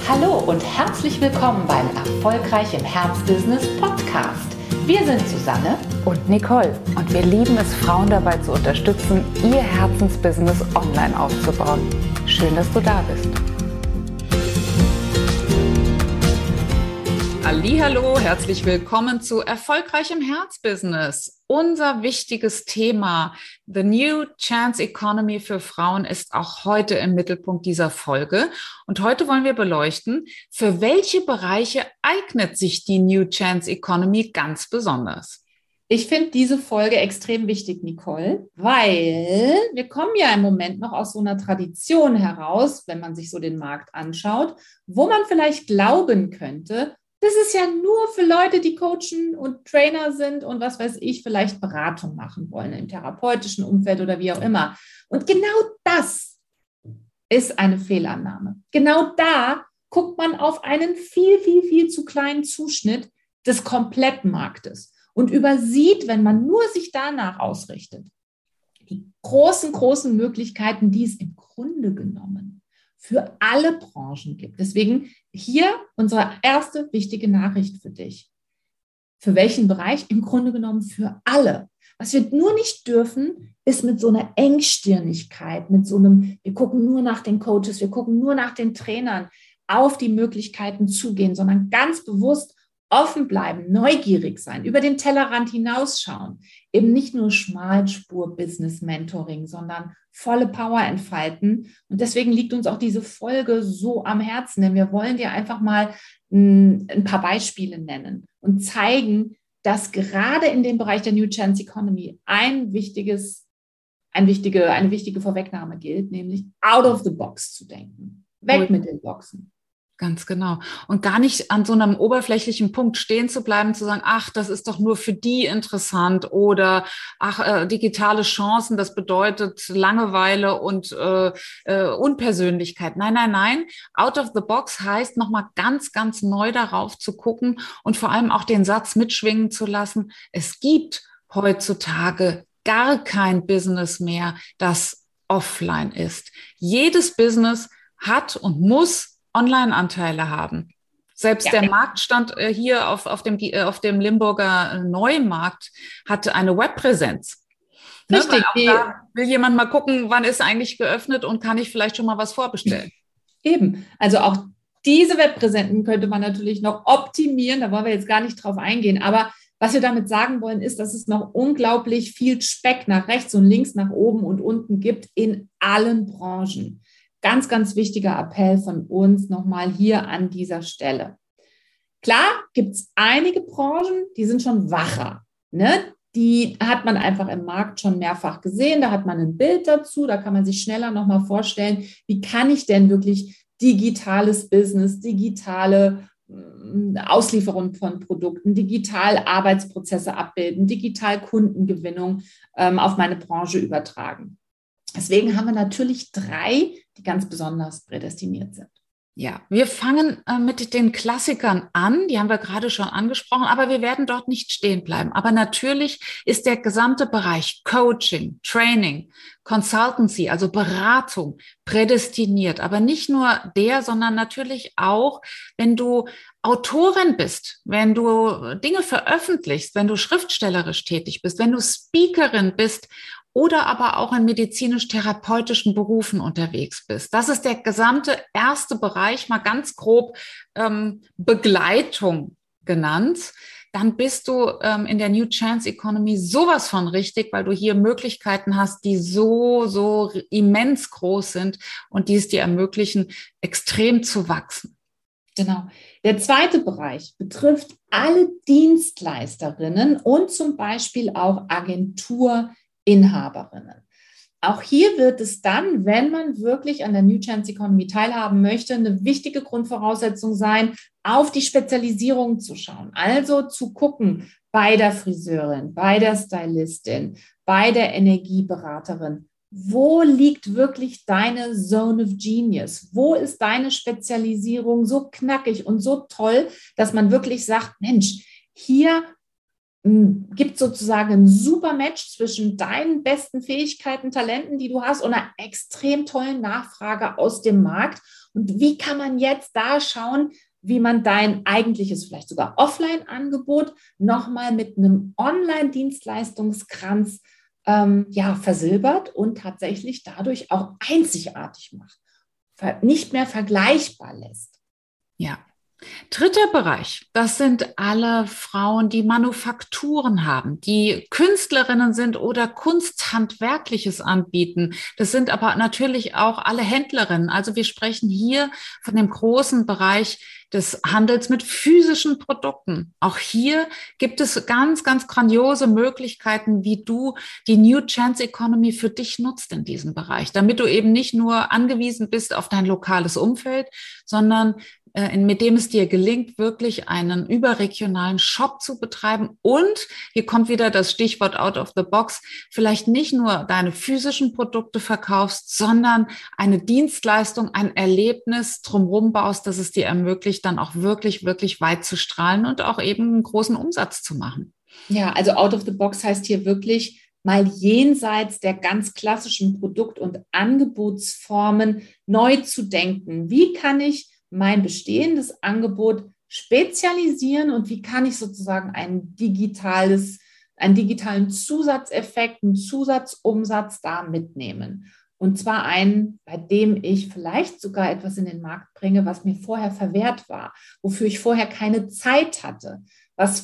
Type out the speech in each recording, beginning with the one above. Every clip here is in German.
Hallo und herzlich willkommen beim Erfolgreich im Herzbusiness Podcast. Wir sind Susanne und Nicole und wir lieben es, Frauen dabei zu unterstützen, ihr Herzensbusiness online aufzubauen. Schön, dass du da bist. Hallihallo, herzlich willkommen zu Erfolgreich im Herzbusiness. Unser wichtiges Thema, The New Chance Economy für Frauen, ist auch heute im Mittelpunkt dieser Folge. Und heute wollen wir beleuchten, für welche Bereiche eignet sich die New Chance Economy ganz besonders. Ich finde diese Folge extrem wichtig, Nicole, weil wir kommen ja im Moment noch aus so einer Tradition heraus, wenn man sich so den Markt anschaut, wo man vielleicht glauben könnte, das ist ja nur für Leute, die Coachen und Trainer sind und was weiß ich, vielleicht Beratung machen wollen im therapeutischen Umfeld oder wie auch immer. Und genau das ist eine Fehlannahme. Genau da guckt man auf einen viel, viel, viel zu kleinen Zuschnitt des Komplettmarktes und übersieht, wenn man nur sich danach ausrichtet, die großen, großen Möglichkeiten, die es im Grunde genommen für alle Branchen gibt. Deswegen hier unsere erste wichtige Nachricht für dich. Für welchen Bereich? Im Grunde genommen für alle. Was wir nur nicht dürfen, ist mit so einer Engstirnigkeit, mit so einem, wir gucken nur nach den Coaches, wir gucken nur nach den Trainern, auf die Möglichkeiten zugehen, sondern ganz bewusst offen bleiben, neugierig sein, über den Tellerrand hinausschauen, eben nicht nur Schmalspur-Business-Mentoring, sondern volle Power entfalten. Und deswegen liegt uns auch diese Folge so am Herzen, denn wir wollen dir einfach mal ein paar Beispiele nennen und zeigen, dass gerade in dem Bereich der New Chance Economy eine wichtige Vorwegnahme gilt, nämlich out of the box zu denken. Weg mit den Boxen. Ganz genau. Und gar nicht an so einem oberflächlichen Punkt stehen zu bleiben, zu sagen, ach, das ist doch nur für die interessant oder ach, digitale Chancen, das bedeutet Langeweile und Unpersönlichkeit. Nein. Out of the box heißt nochmal ganz, ganz neu darauf zu gucken und vor allem auch den Satz mitschwingen zu lassen. Es gibt heutzutage gar kein Business mehr, das offline ist. Jedes Business hat und muss Online-Anteile haben. Selbst der Marktstand hier auf dem Limburger Neumarkt hat eine Webpräsenz. Richtig. Weil auch da will jemand mal gucken, wann ist eigentlich geöffnet und kann ich vielleicht schon mal was vorbestellen. Eben. Also auch diese Webpräsenten könnte man natürlich noch optimieren. Da wollen wir jetzt gar nicht drauf eingehen. Aber was wir damit sagen wollen, ist, dass es noch unglaublich viel Speck nach rechts und links, nach oben und unten gibt in allen Branchen. Ganz, ganz wichtiger Appell von uns nochmal hier an dieser Stelle. Klar gibt es einige Branchen, die sind schon wacher. Ne? Die hat man einfach im Markt schon mehrfach gesehen. Da hat man ein Bild dazu. Da kann man sich schneller nochmal vorstellen, wie kann ich denn wirklich digitales Business, digitale Auslieferung von Produkten, digital Arbeitsprozesse abbilden, digital Kundengewinnung auf meine Branche übertragen. Deswegen haben wir natürlich 3, die ganz besonders prädestiniert sind. Ja, wir fangen mit den Klassikern an, die haben wir gerade schon angesprochen, aber wir werden dort nicht stehen bleiben. Aber natürlich ist der gesamte Bereich Coaching, Training, Consultancy, also Beratung, prädestiniert. Aber nicht nur der, sondern natürlich auch, wenn du Autorin bist, wenn du Dinge veröffentlichst, wenn du schriftstellerisch tätig bist, wenn du Speakerin bist, oder aber auch in medizinisch-therapeutischen Berufen unterwegs bist. Das ist der gesamte erste Bereich, mal ganz grob Begleitung genannt. Dann bist du in der New Chance Economy sowas von richtig, weil du hier Möglichkeiten hast, die so immens groß sind und die es dir ermöglichen, extrem zu wachsen. Genau. Der zweite Bereich betrifft alle Dienstleisterinnen und zum Beispiel auch Agenturinhaberinnen. Auch hier wird es dann, wenn man wirklich an der New Chance Economy teilhaben möchte, eine wichtige Grundvoraussetzung sein, auf die Spezialisierung zu schauen. Also zu gucken bei der Friseurin, bei der Stylistin, bei der Energieberaterin. Wo liegt wirklich deine Zone of Genius? Wo ist deine Spezialisierung so knackig und so toll, dass man wirklich sagt, Mensch, hier gibt sozusagen ein super Match zwischen deinen besten Fähigkeiten, Talenten, die du hast, und einer extrem tollen Nachfrage aus dem Markt. Und wie kann man jetzt da schauen, wie man dein eigentliches, vielleicht sogar Offline-Angebot nochmal mit einem Online-Dienstleistungskranz versilbert und tatsächlich dadurch auch einzigartig macht, nicht mehr vergleichbar lässt. Ja. Dritter Bereich, das sind alle Frauen, die Manufakturen haben, die Künstlerinnen sind oder Kunsthandwerkliches anbieten. Das sind aber natürlich auch alle Händlerinnen. Also wir sprechen hier von dem großen Bereich des Handels mit physischen Produkten. Auch hier gibt es ganz, ganz grandiose Möglichkeiten, wie du die New Chance Economy für dich nutzt in diesem Bereich, damit du eben nicht nur angewiesen bist auf dein lokales Umfeld, sondern mit dem es dir gelingt, wirklich einen überregionalen Shop zu betreiben. Und hier kommt wieder das Stichwort out of the box, vielleicht nicht nur deine physischen Produkte verkaufst, sondern eine Dienstleistung, ein Erlebnis drumherum baust, das es dir ermöglicht, dann auch wirklich, wirklich weit zu strahlen und auch eben einen großen Umsatz zu machen. Ja, also out of the box heißt hier wirklich mal jenseits der ganz klassischen Produkt- und Angebotsformen neu zu denken. Wie kann ich mein bestehendes Angebot spezialisieren und wie kann ich sozusagen einen digitalen Zusatzeffekt, einen Zusatzumsatz da mitnehmen? Und zwar einen, bei dem ich vielleicht sogar etwas in den Markt bringe, was mir vorher verwehrt war, wofür ich vorher keine Zeit hatte, wo es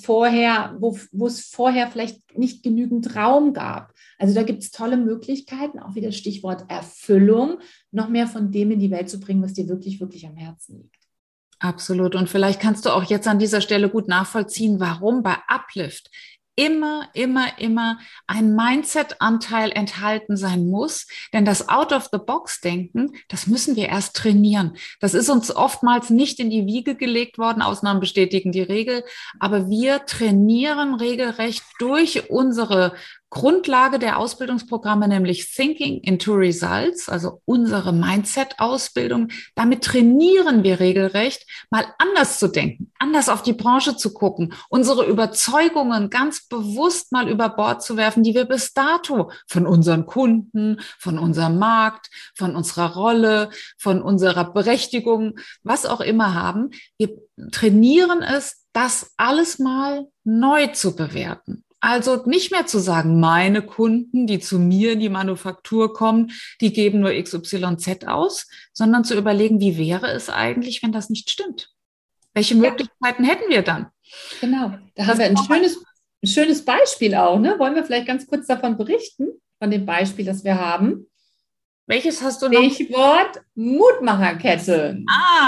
vorher vielleicht nicht genügend Raum gab. Also da gibt es tolle Möglichkeiten, auch wieder Stichwort Erfüllung, noch mehr von dem in die Welt zu bringen, was dir wirklich, wirklich am Herzen liegt. Absolut. Und vielleicht kannst du auch jetzt an dieser Stelle gut nachvollziehen, warum bei Uplift immer ein Mindset-Anteil enthalten sein muss. Denn das Out-of-the-Box-Denken, das müssen wir erst trainieren. Das ist uns oftmals nicht in die Wiege gelegt worden. Ausnahmen bestätigen die Regel. Aber wir trainieren regelrecht durch unsere Grundlage der Ausbildungsprogramme, nämlich Thinking into Results, also unsere Mindset-Ausbildung. Damit trainieren wir regelrecht, mal anders zu denken, anders auf die Branche zu gucken, unsere Überzeugungen ganz bewusst mal über Bord zu werfen, die wir bis dato von unseren Kunden, von unserem Markt, von unserer Rolle, von unserer Berechtigung, was auch immer haben. Wir trainieren es, das alles mal neu zu bewerten. Also nicht mehr zu sagen, meine Kunden, die zu mir in die Manufaktur kommen, die geben nur XYZ aus, sondern zu überlegen, wie wäre es eigentlich, wenn das nicht stimmt? Welche Möglichkeiten hätten wir dann? Genau, da haben wir ein schönes Beispiel auch. Ne? Wollen wir vielleicht ganz kurz davon berichten, von dem Beispiel, das wir haben? Welches hast du noch? Stichwort Mutmacherkette.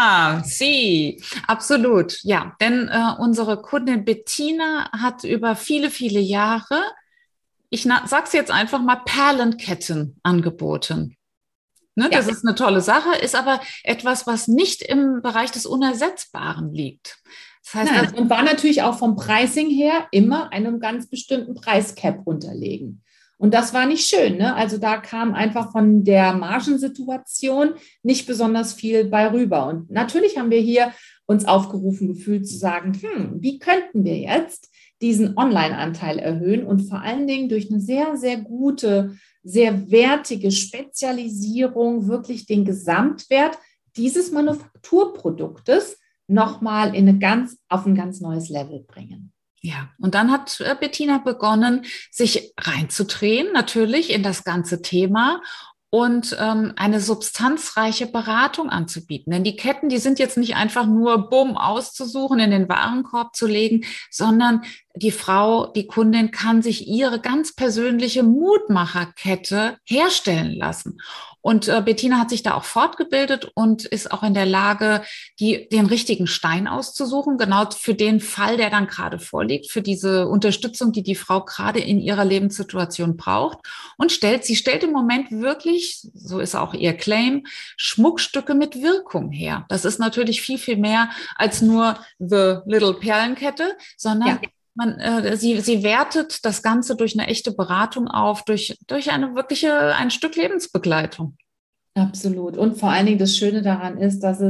Absolut. Ja, denn unsere Kundin Bettina hat über viele, viele Jahre, ich sag's jetzt einfach mal, Perlenketten angeboten. Ne, ja. Das ist eine tolle Sache, ist aber etwas, was nicht im Bereich des Unersetzbaren liegt. Das heißt, und war natürlich auch vom Pricing her immer einem ganz bestimmten Preiscap unterlegen. Und das war nicht schön, ne? Also da kam einfach von der Margensituation nicht besonders viel bei rüber. Und natürlich haben wir hier uns aufgerufen gefühlt zu sagen, wie könnten wir jetzt diesen Online-Anteil erhöhen und vor allen Dingen durch eine sehr, sehr gute, sehr wertige Spezialisierung wirklich den Gesamtwert dieses Manufakturproduktes nochmal auf ein ganz neues Level bringen. Ja, und dann hat Bettina begonnen, sich reinzudrehen, natürlich in das ganze Thema und eine substanzreiche Beratung anzubieten. Denn die Ketten, die sind jetzt nicht einfach nur bumm auszusuchen, in den Warenkorb zu legen, sondern die Frau, die Kundin kann sich ihre ganz persönliche Mutmacherkette herstellen lassen. Und Bettina hat sich da auch fortgebildet und ist auch in der Lage, den richtigen Stein auszusuchen, genau für den Fall, der dann gerade vorliegt, für diese Unterstützung, die die Frau gerade in ihrer Lebenssituation braucht. Und sie stellt im Moment wirklich, so ist auch ihr Claim, Schmuckstücke mit Wirkung her. Das ist natürlich viel, viel mehr als nur the little Perlenkette, sondern sie wertet das Ganze durch eine echte Beratung auf, durch ein Stück Lebensbegleitung. Absolut. Und vor allen Dingen das Schöne daran ist, dass es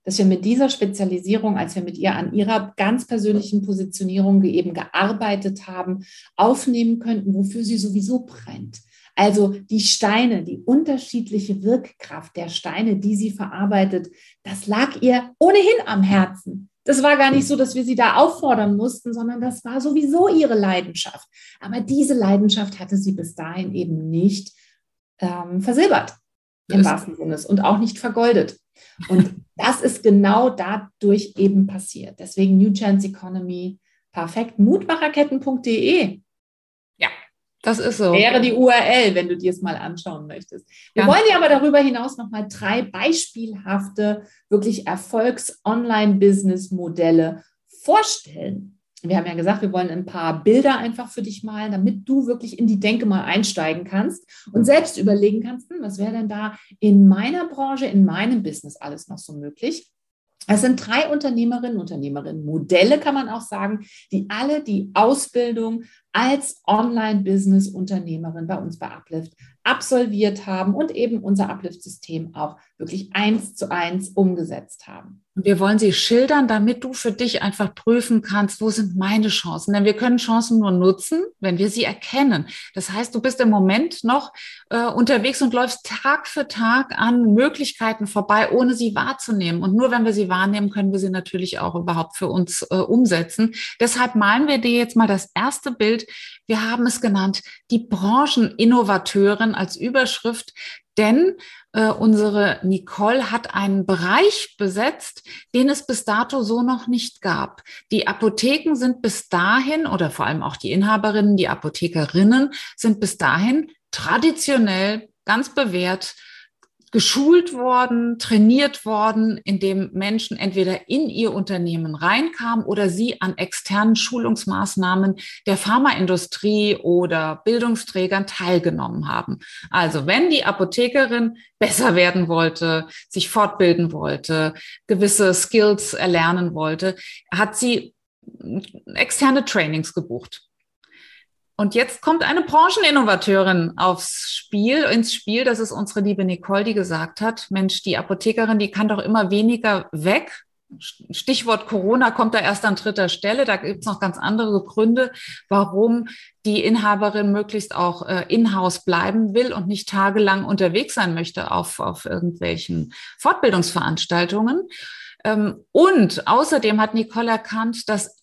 dass wir mit dieser Spezialisierung, als wir mit ihr an ihrer ganz persönlichen Positionierung eben gearbeitet haben, aufnehmen könnten, wofür sie sowieso brennt. Also die Steine, die unterschiedliche Wirkkraft der Steine, die sie verarbeitet, das lag ihr ohnehin am Herzen. Das war gar nicht so, dass wir sie da auffordern mussten, sondern das war sowieso ihre Leidenschaft. Aber diese Leidenschaft hatte sie bis dahin eben nicht versilbert, im wahrsten Sinne, und auch nicht vergoldet. Und das ist genau dadurch eben passiert. Deswegen New Chance Economy, perfekt, mutmacherketten.de. Ja, das ist so. Wäre die URL, wenn du dir es mal anschauen möchtest. Wir wollen dir aber darüber hinaus nochmal 3 beispielhafte, wirklich Erfolgs-Online-Business-Modelle vorstellen. Wir haben ja gesagt, wir wollen ein paar Bilder einfach für dich malen, damit du wirklich in die Denke mal einsteigen kannst und selbst überlegen kannst, was wäre denn da in meiner Branche, in meinem Business alles noch so möglich. Es sind 3 Unternehmerinnen-Modelle, kann man auch sagen, die alle die Ausbildung als Online-Business-Unternehmerin bei uns bei Uplift absolviert haben und eben unser Uplift-System auch wirklich 1:1 umgesetzt haben. Und wir wollen sie schildern, damit du für dich einfach prüfen kannst, wo sind meine Chancen? Denn wir können Chancen nur nutzen, wenn wir sie erkennen. Das heißt, du bist im Moment noch unterwegs und läufst Tag für Tag an Möglichkeiten vorbei, ohne sie wahrzunehmen. Und nur wenn wir sie wahrnehmen, können wir sie natürlich auch überhaupt für uns umsetzen. Deshalb malen wir dir jetzt mal das erste Bild. Wir haben es genannt, die Brancheninnovateurin als Überschrift. Denn unsere Nicole hat einen Bereich besetzt, den es bis dato so noch nicht gab. Die Apotheken sind bis dahin, oder vor allem auch die Inhaberinnen, die Apothekerinnen, sind bis dahin traditionell ganz bewährt geschult worden, trainiert worden, indem Menschen entweder in ihr Unternehmen reinkamen oder sie an externen Schulungsmaßnahmen der Pharmaindustrie oder Bildungsträgern teilgenommen haben. Also wenn die Apothekerin besser werden wollte, sich fortbilden wollte, gewisse Skills erlernen wollte, hat sie externe Trainings gebucht. Und jetzt kommt eine Brancheninnovateurin ins Spiel. Das ist unsere liebe Nicole, die gesagt hat, Mensch, die Apothekerin, die kann doch immer weniger weg. Stichwort Corona kommt da erst an 3. Stelle. Da gibt es noch ganz andere Gründe, warum die Inhaberin möglichst auch in-house bleiben will und nicht tagelang unterwegs sein möchte auf irgendwelchen Fortbildungsveranstaltungen. Und außerdem hat Nicole erkannt, dass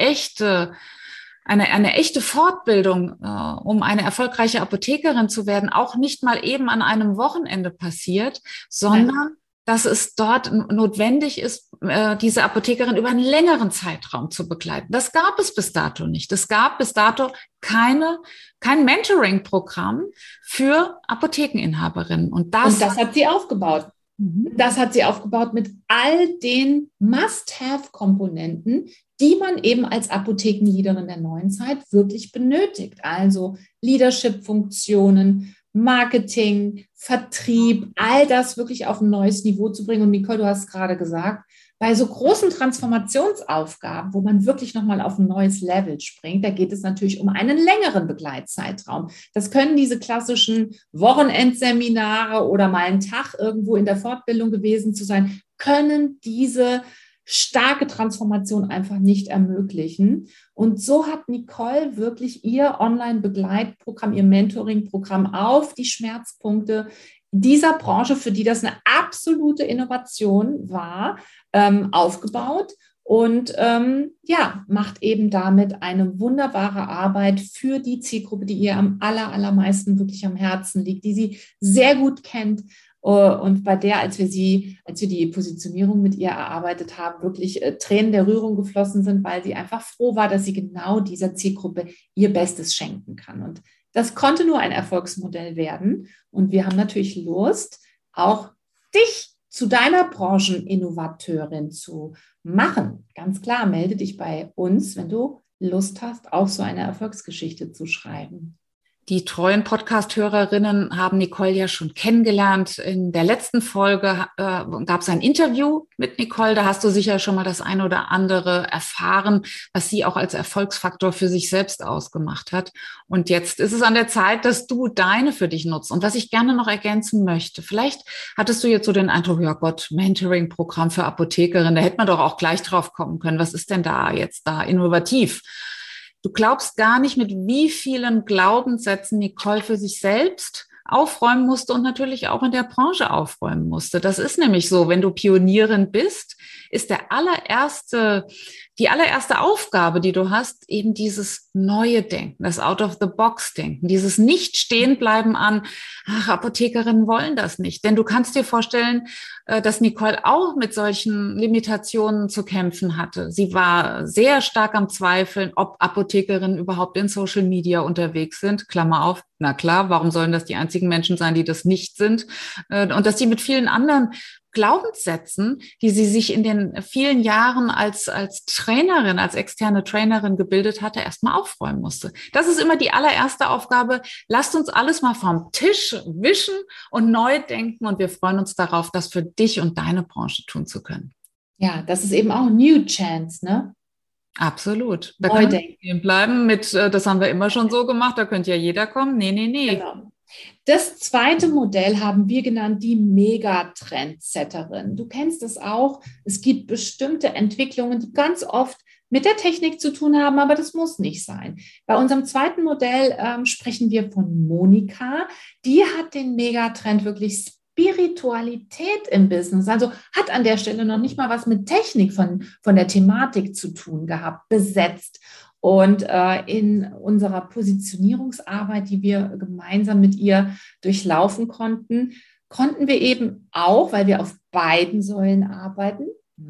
eine echte Fortbildung, um eine erfolgreiche Apothekerin zu werden, auch nicht mal eben an einem Wochenende passiert, sondern dass es dort notwendig ist, diese Apothekerin über einen längeren Zeitraum zu begleiten. Das gab es bis dato nicht. Es gab bis dato kein Mentoring-Programm für Apothekeninhaberinnen. Und das hat sie aufgebaut. Das hat sie aufgebaut mit all den Must-Have-Komponenten, die man eben als Apothekenleaderin der neuen Zeit wirklich benötigt. Also Leadership-Funktionen, Marketing, Vertrieb, all das wirklich auf ein neues Niveau zu bringen. Und Nicole, du hast gerade gesagt, bei so großen Transformationsaufgaben, wo man wirklich nochmal auf ein neues Level springt, da geht es natürlich um einen längeren Begleitzeitraum. Das können diese klassischen Wochenendseminare oder mal einen Tag irgendwo in der Fortbildung gewesen zu sein, können diese starke Transformation einfach nicht ermöglichen. Und so hat Nicole wirklich ihr Online-Begleitprogramm, ihr Mentoring-Programm auf die Schmerzpunkte dieser Branche, für die das eine absolute Innovation war, aufgebaut und macht eben damit eine wunderbare Arbeit für die Zielgruppe, die ihr am allermeisten wirklich am Herzen liegt, die sie sehr gut kennt. Und bei der, als wir die Positionierung mit ihr erarbeitet haben, wirklich Tränen der Rührung geflossen sind, weil sie einfach froh war, dass sie genau dieser Zielgruppe ihr Bestes schenken kann. Und das konnte nur ein Erfolgsmodell werden. Und wir haben natürlich Lust, auch dich zu deiner Brancheninnovateurin zu machen. Ganz klar, melde dich bei uns, wenn du Lust hast, auch so eine Erfolgsgeschichte zu schreiben. Die treuen Podcast-Hörerinnen haben Nicole ja schon kennengelernt. In der letzten Folge gab es ein Interview mit Nicole. Da hast du sicher schon mal das eine oder andere erfahren, was sie auch als Erfolgsfaktor für sich selbst ausgemacht hat. Und jetzt ist es an der Zeit, dass du deine für dich nutzt. Und was ich gerne noch ergänzen möchte, vielleicht hattest du jetzt so den Eindruck, ja Gott, Mentoring-Programm für Apothekerin, da hätte man doch auch gleich drauf kommen können. Was ist denn da jetzt da innovativ? Du glaubst gar nicht, mit wie vielen Glaubenssätzen Nicole für sich selbst aufräumen musste und natürlich auch in der Branche aufräumen musste. Das ist nämlich so, wenn du Pionierin bist, ist die allererste Aufgabe, die du hast, eben dieses neue Denken, das Out-of-the-Box-Denken, dieses Nicht-Stehenbleiben an, ach, Apothekerinnen wollen das nicht. Denn du kannst dir vorstellen, dass Nicole auch mit solchen Limitationen zu kämpfen hatte. Sie war sehr stark am Zweifeln, ob Apothekerinnen überhaupt in Social Media unterwegs sind. Klammer auf, na klar, warum sollen das die einzigen Menschen sein, die das nicht sind? Und dass sie mit vielen anderen Glaubenssätzen, die sie sich in den vielen Jahren als Trainerin, als externe Trainerin gebildet hatte, erstmal aufräumen musste. Das ist immer die allererste Aufgabe. Lasst uns alles mal vom Tisch wischen und neu denken. Und wir freuen uns darauf, das für dich und deine Branche tun zu können. Ja, das ist eben auch New Chance, ne? Absolut. Da können wir stehen bleiben mit, das haben wir immer schon so gemacht, da könnte ja jeder kommen. Nee. Genau. Das zweite Modell haben wir genannt, die Megatrendsetterin. Du kennst es auch. Es gibt bestimmte Entwicklungen, die ganz oft mit der Technik zu tun haben, aber das muss nicht sein. Bei unserem zweiten Modell sprechen wir von Monika. Die hat den Megatrend wirklich Spiritualität im Business, also hat an der Stelle noch nicht mal was mit Technik von der Thematik zu tun gehabt, besetzt. Und in unserer Positionierungsarbeit, die wir gemeinsam mit ihr durchlaufen konnten wir eben auch, weil wir auf beiden Säulen arbeiten,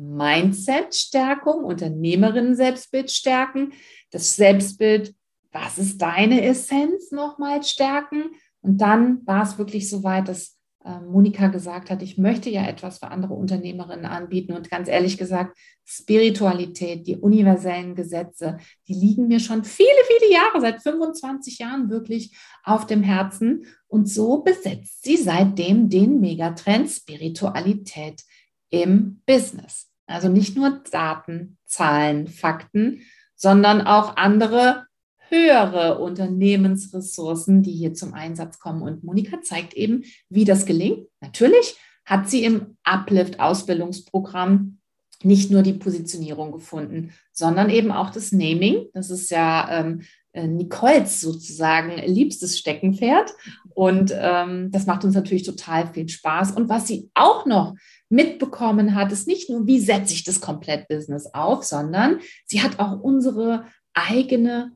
Mindset-Stärkung, Unternehmerinnen-Selbstbild stärken, das Selbstbild, was ist deine Essenz, nochmal stärken. Und dann war es wirklich so weit, dass Monika gesagt hat, ich möchte ja etwas für andere Unternehmerinnen anbieten. Und ganz ehrlich gesagt, Spiritualität, die universellen Gesetze, die liegen mir schon viele, viele Jahre, seit 25 Jahren wirklich auf dem Herzen. Und so besetzt sie seitdem den Megatrend Spiritualität im Business. Also nicht nur Daten, Zahlen, Fakten, sondern auch andere höhere Unternehmensressourcen, die hier zum Einsatz kommen. Und Monika zeigt eben, wie das gelingt. Natürlich hat sie im Uplift-Ausbildungsprogramm nicht nur die Positionierung gefunden, sondern eben auch das Naming. Das ist ja Nicoles sozusagen liebstes Steckenpferd. Und das macht uns natürlich total viel Spaß. Und was sie auch noch mitbekommen hat, ist nicht nur, wie setze ich das Komplett-Business auf, sondern sie hat auch unsere eigene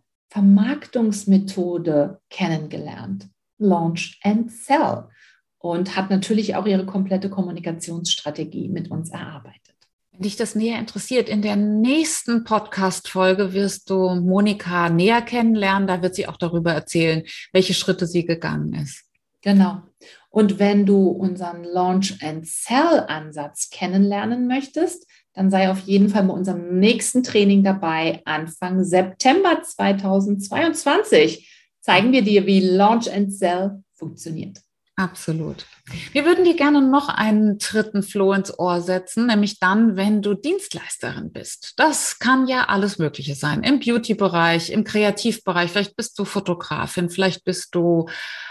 Vermarktungsmethode kennengelernt, Launch and Sell, und hat natürlich auch ihre komplette Kommunikationsstrategie mit uns erarbeitet. Wenn dich das näher interessiert, in der nächsten Podcast-Folge wirst du Monika näher kennenlernen. Da wird sie auch darüber erzählen, welche Schritte sie gegangen ist. Genau. Und wenn du unseren Launch and Sell Ansatz kennenlernen möchtest, dann sei auf jeden Fall bei unserem nächsten Training dabei. Anfang September 2022 zeigen wir dir, wie Launch and Sell funktioniert. Absolut. Wir würden dir gerne noch einen dritten Floh ins Ohr setzen, nämlich dann, wenn du Dienstleisterin bist. Das kann ja alles Mögliche sein. Im Beauty-Bereich, im Kreativbereich. Vielleicht bist du Fotografin, vielleicht bist du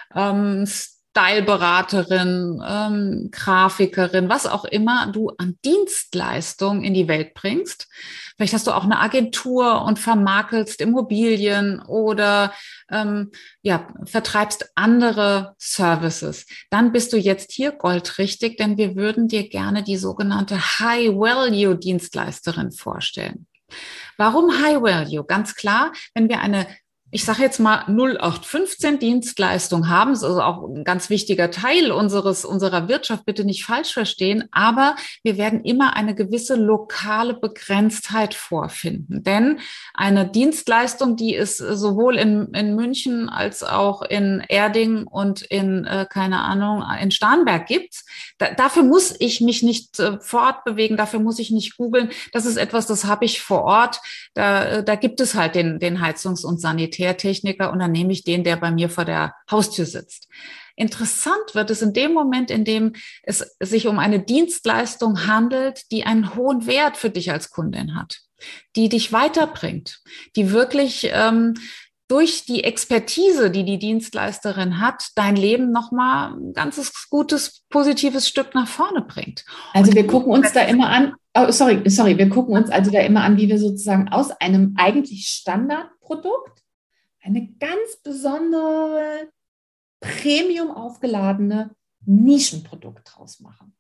Styleberaterin, Grafikerin, was auch immer du an Dienstleistung in die Welt bringst. Vielleicht hast du auch eine Agentur und vermarkelst Immobilien oder vertreibst andere Services. Dann bist du jetzt hier goldrichtig, denn wir würden dir gerne die sogenannte High-Value-Dienstleisterin vorstellen. Warum High-Value? Ganz klar, wenn wir eine, ich sage jetzt mal 0815 Dienstleistung haben, das ist also auch ein ganz wichtiger Teil unserer Wirtschaft, bitte nicht falsch verstehen, aber wir werden immer eine gewisse lokale Begrenztheit vorfinden. Denn eine Dienstleistung, die es sowohl in München als auch in Erding und in in Starnberg gibt, dafür muss ich mich nicht fortbewegen, dafür muss ich nicht googeln. Das ist etwas, das habe ich vor Ort. Da gibt es halt den Heizungs- und Sanitär. Sanitärtechniker und dann nehme ich den, der bei mir vor der Haustür sitzt. Interessant wird es in dem Moment, in dem es sich um eine Dienstleistung handelt, die einen hohen Wert für dich als Kundin hat, die dich weiterbringt, die wirklich durch die Expertise, die die Dienstleisterin hat, dein Leben nochmal ein ganzes gutes, positives Stück nach vorne bringt. Also wir gucken uns da immer an, wir gucken uns also da immer an, wie wir sozusagen aus einem eigentlich Standardprodukt eine ganz besondere, Premium aufgeladene Nischenprodukt draus machen.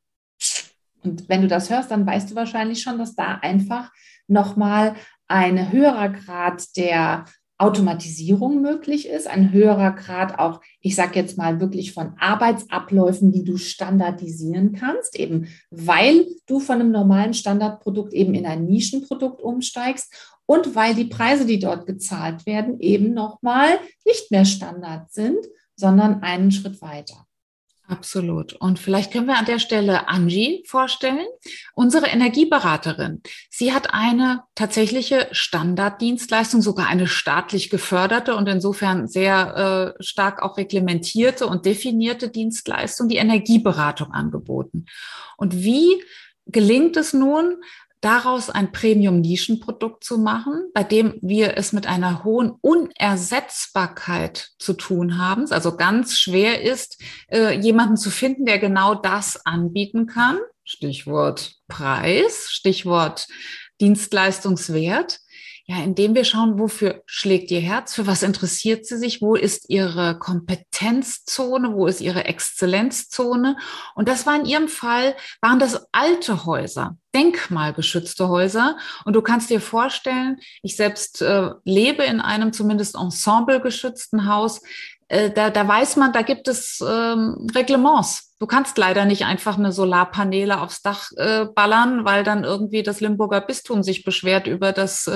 Und wenn du das hörst, dann weißt du wahrscheinlich schon, dass da einfach nochmal ein höherer Grad der Automatisierung möglich ist, ein höherer Grad auch, ich sage jetzt mal wirklich von Arbeitsabläufen, die du standardisieren kannst, eben weil du von einem normalen Standardprodukt eben in ein Nischenprodukt umsteigst und weil die Preise, die dort gezahlt werden, eben nochmal nicht mehr Standard sind, sondern einen Schritt weiter. Absolut. Und vielleicht können wir an der Stelle Angie vorstellen, unsere Energieberaterin. Sie hat eine tatsächliche Standarddienstleistung, sogar eine staatlich geförderte und insofern sehr stark auch reglementierte und definierte Dienstleistung, die Energieberatung angeboten. Und wie gelingt es nun, daraus ein Premium-Nischenprodukt zu machen, bei dem wir es mit einer hohen Unersetzbarkeit zu tun haben, also ganz schwer ist, jemanden zu finden, der genau das anbieten kann. Stichwort Preis, Stichwort Dienstleistungswert. Ja, indem wir schauen, wofür schlägt ihr Herz, für was interessiert sie sich, wo ist ihre Kompetenzzone, wo ist ihre Exzellenzzone. Und das war in ihrem Fall, waren das alte Häuser, denkmalgeschützte Häuser. Und du kannst dir vorstellen, ich selbst lebe in einem zumindest ensemblegeschützten Haus. Da weiß man, da gibt es Reglements. Du kannst leider nicht einfach eine Solarpaneele aufs Dach ballern, weil dann irgendwie das Limburger Bistum sich beschwert über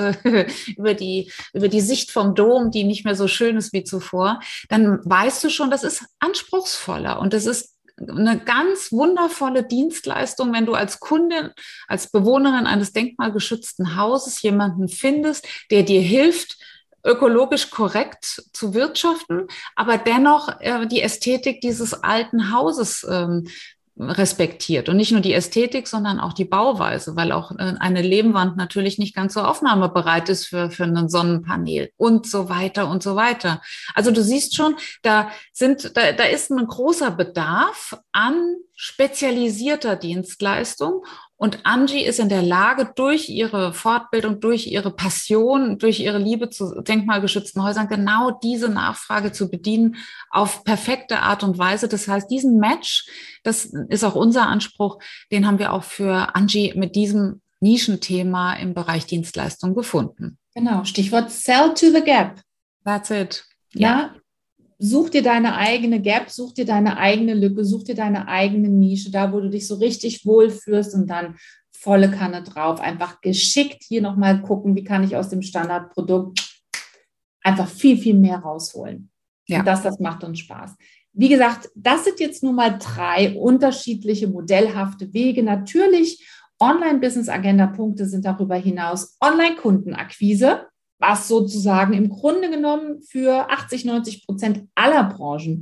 über die Sicht vom Dom, die nicht mehr so schön ist wie zuvor. Dann weißt du schon, das ist anspruchsvoller und das ist eine ganz wundervolle Dienstleistung, wenn du als Kundin, als Bewohnerin eines denkmalgeschützten Hauses jemanden findest, der dir hilft, ökologisch korrekt zu wirtschaften, aber dennoch die Ästhetik dieses alten Hauses respektiert. Und nicht nur die Ästhetik, sondern auch die Bauweise, weil auch eine Lehmwand natürlich nicht ganz so aufnahmebereit ist für ein Sonnenpanel und so weiter und so weiter. Also du siehst schon, da ist ein großer Bedarf an spezialisierter Dienstleistung. Und Angie ist in der Lage, durch ihre Fortbildung, durch ihre Passion, durch ihre Liebe zu denkmalgeschützten Häusern genau diese Nachfrage zu bedienen auf perfekte Art und Weise. Das heißt, diesen Match, das ist auch unser Anspruch, den haben wir auch für Angie mit diesem Nischenthema im Bereich Dienstleistung gefunden. Genau, Stichwort Sell to the Gap. That's it. Ja. Such dir deine eigene Gap, such dir deine eigene Lücke, such dir deine eigene Nische, da wo du dich so richtig wohlfühlst und dann volle Kanne drauf. Einfach geschickt hier nochmal gucken, wie kann ich aus dem Standardprodukt einfach viel, viel mehr rausholen. Ja. Und das macht uns Spaß. Wie gesagt, das sind jetzt nur mal 3 unterschiedliche modellhafte Wege. Natürlich Online-Business-Agenda-Punkte sind darüber hinaus Online-Kundenakquise, was sozusagen im Grunde genommen für 80-90% aller Branchen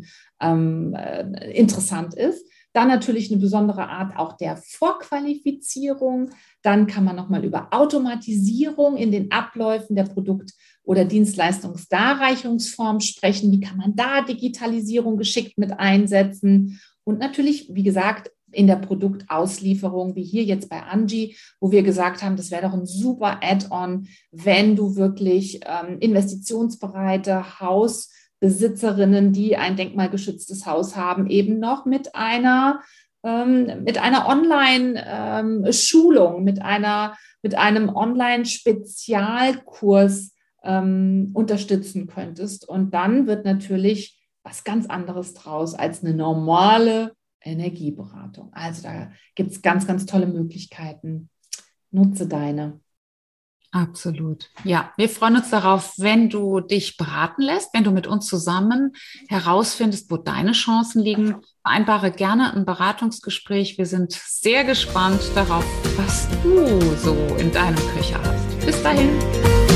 interessant ist. Dann natürlich eine besondere Art auch der Vorqualifizierung. Dann kann man nochmal über Automatisierung in den Abläufen der Produkt- oder Dienstleistungsdarreichungsform sprechen. Wie kann man da Digitalisierung geschickt mit einsetzen? Und natürlich, wie gesagt, in der Produktauslieferung, wie hier jetzt bei Angie, wo wir gesagt haben, das wäre doch ein super Add-on, wenn du wirklich investitionsbereite Hausbesitzerinnen, die ein denkmalgeschütztes Haus haben, eben noch mit einer Online-Schulung, mit einem Online-Spezialkurs unterstützen könntest. Und dann wird natürlich was ganz anderes draus als eine normale Energieberatung. Also da gibt es ganz, ganz tolle Möglichkeiten. Nutze deine. Absolut. Ja, wir freuen uns darauf, wenn du dich beraten lässt, wenn du mit uns zusammen herausfindest, wo deine Chancen liegen. Vereinbare gerne ein Beratungsgespräch. Wir sind sehr gespannt darauf, was du so in deinem Köcher hast. Bis dahin.